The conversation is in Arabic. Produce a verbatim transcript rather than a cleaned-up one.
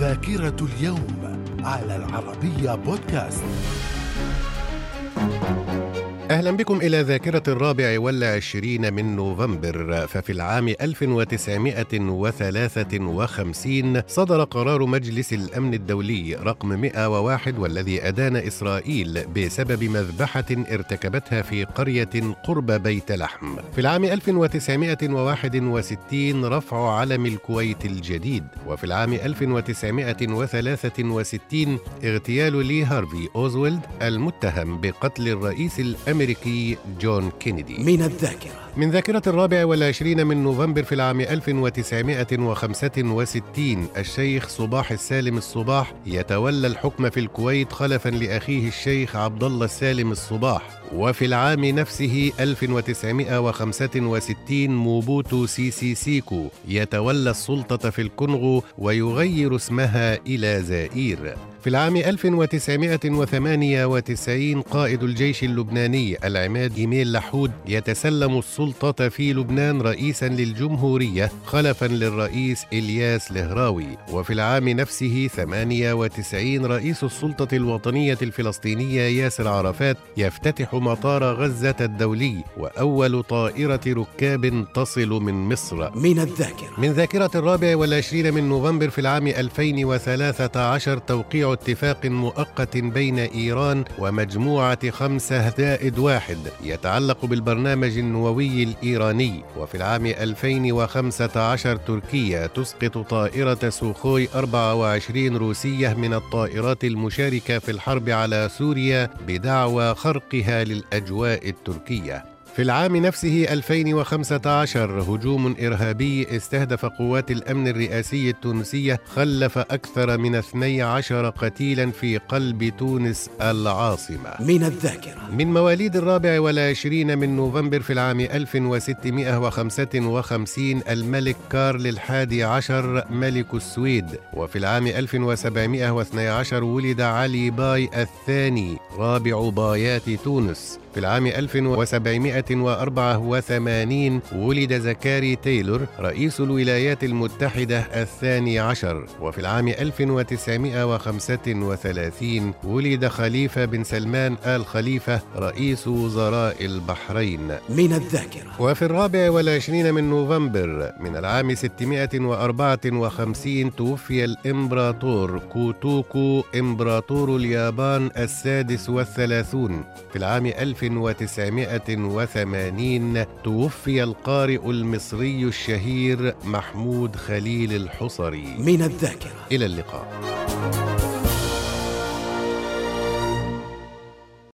ذاكرة اليوم على العربية بودكاست. أهلا بكم إلى ذاكرة الرابع والعشرين من نوفمبر. ففي العام ألف وتسعمائة وثلاثة وخمسين صدر قرار مجلس الأمن الدولي رقم مئة وواحد والذي أدان إسرائيل بسبب مذبحة ارتكبتها في قرية قرب بيت لحم. في العام ألف وتسعمائة وواحد وستين رفع علم الكويت الجديد. وفي العام ألف وتسعمائة وثلاثة وستين اغتيال لي هارفي أوزويلد المتهم بقتل الرئيس الأمريكي أمريكي جون كينيدي. من الذاكرة من ذاكرة الرابع والعشرين من نوفمبر في العام ألف وتسعمائة وخمسة وستين الشيخ صباح السالم الصباح يتولى الحكم في الكويت خلفا لأخيه الشيخ عبد الله السالم الصباح. وفي العام نفسه ألف وتسعمائة وخمسة وستين موبوتو سيسي سيكو يتولى السلطة في الكونغو ويغير اسمها إلى زائير. في العام ألف وتسعمائة وثمانية وتسعين قائد الجيش اللبناني العماد إيميل لحود يتسلم السلطة في لبنان رئيسا للجمهورية خلفا للرئيس إلياس الهراوي. وفي العام نفسه ثمانية وتسعين رئيس السلطة الوطنية الفلسطينية ياسر عرفات يفتتح مطار غزة الدولي وأول طائرة ركاب تصل من مصر. من الذاكرة من ذاكرة الرابع والعشرين من نوفمبر في العام ألفين وثلاثة عشر توقيع اتفاق مؤقت بين إيران ومجموعة خمسة زائد واحد يتعلق بالبرنامج النووي الإيراني. وفي العام ألفين وخمسة عشر تركيا تسقط طائرة سوخوي أربعة وعشرين روسية من الطائرات المشاركة في الحرب على سوريا بدعوى خرقها للأجواء التركية. في العام نفسه ألفين وخمسة عشر هجوم إرهابي استهدف قوات الأمن الرئاسي التونسية خلف أكثر من اثني عشر قتيلا في قلب تونس العاصمة. من الذاكرة من مواليد الرابع والعشرين من نوفمبر في العام ألف وستمائة وخمسة وخمسين الملك كارل الحادي عشر ملك السويد. وفي العام ألف وسبعمائة واثني عشر ولد علي باي الثاني رابع بايات تونس. في العام ألف وسبعمائة وأربعة وثمانين ولد زكاري تايلور رئيس الولايات المتحدة الثاني عشر. وفي العام ألف وتسعمائة وخمسة وثلاثين ولد خليفة بن سلمان آل خليفة رئيس وزراء البحرين. من الذاكرة وفي الرابع والعشرين من نوفمبر من العام ستمائة وأربعة وخمسين توفي الإمبراطور كوتوكو إمبراطور اليابان السادس والثلاثون. في العام ألف وتسعمائة وثمانين توفي القارئ المصري الشهير محمود خليل الحصري. من الذاكرة إلى اللقاء.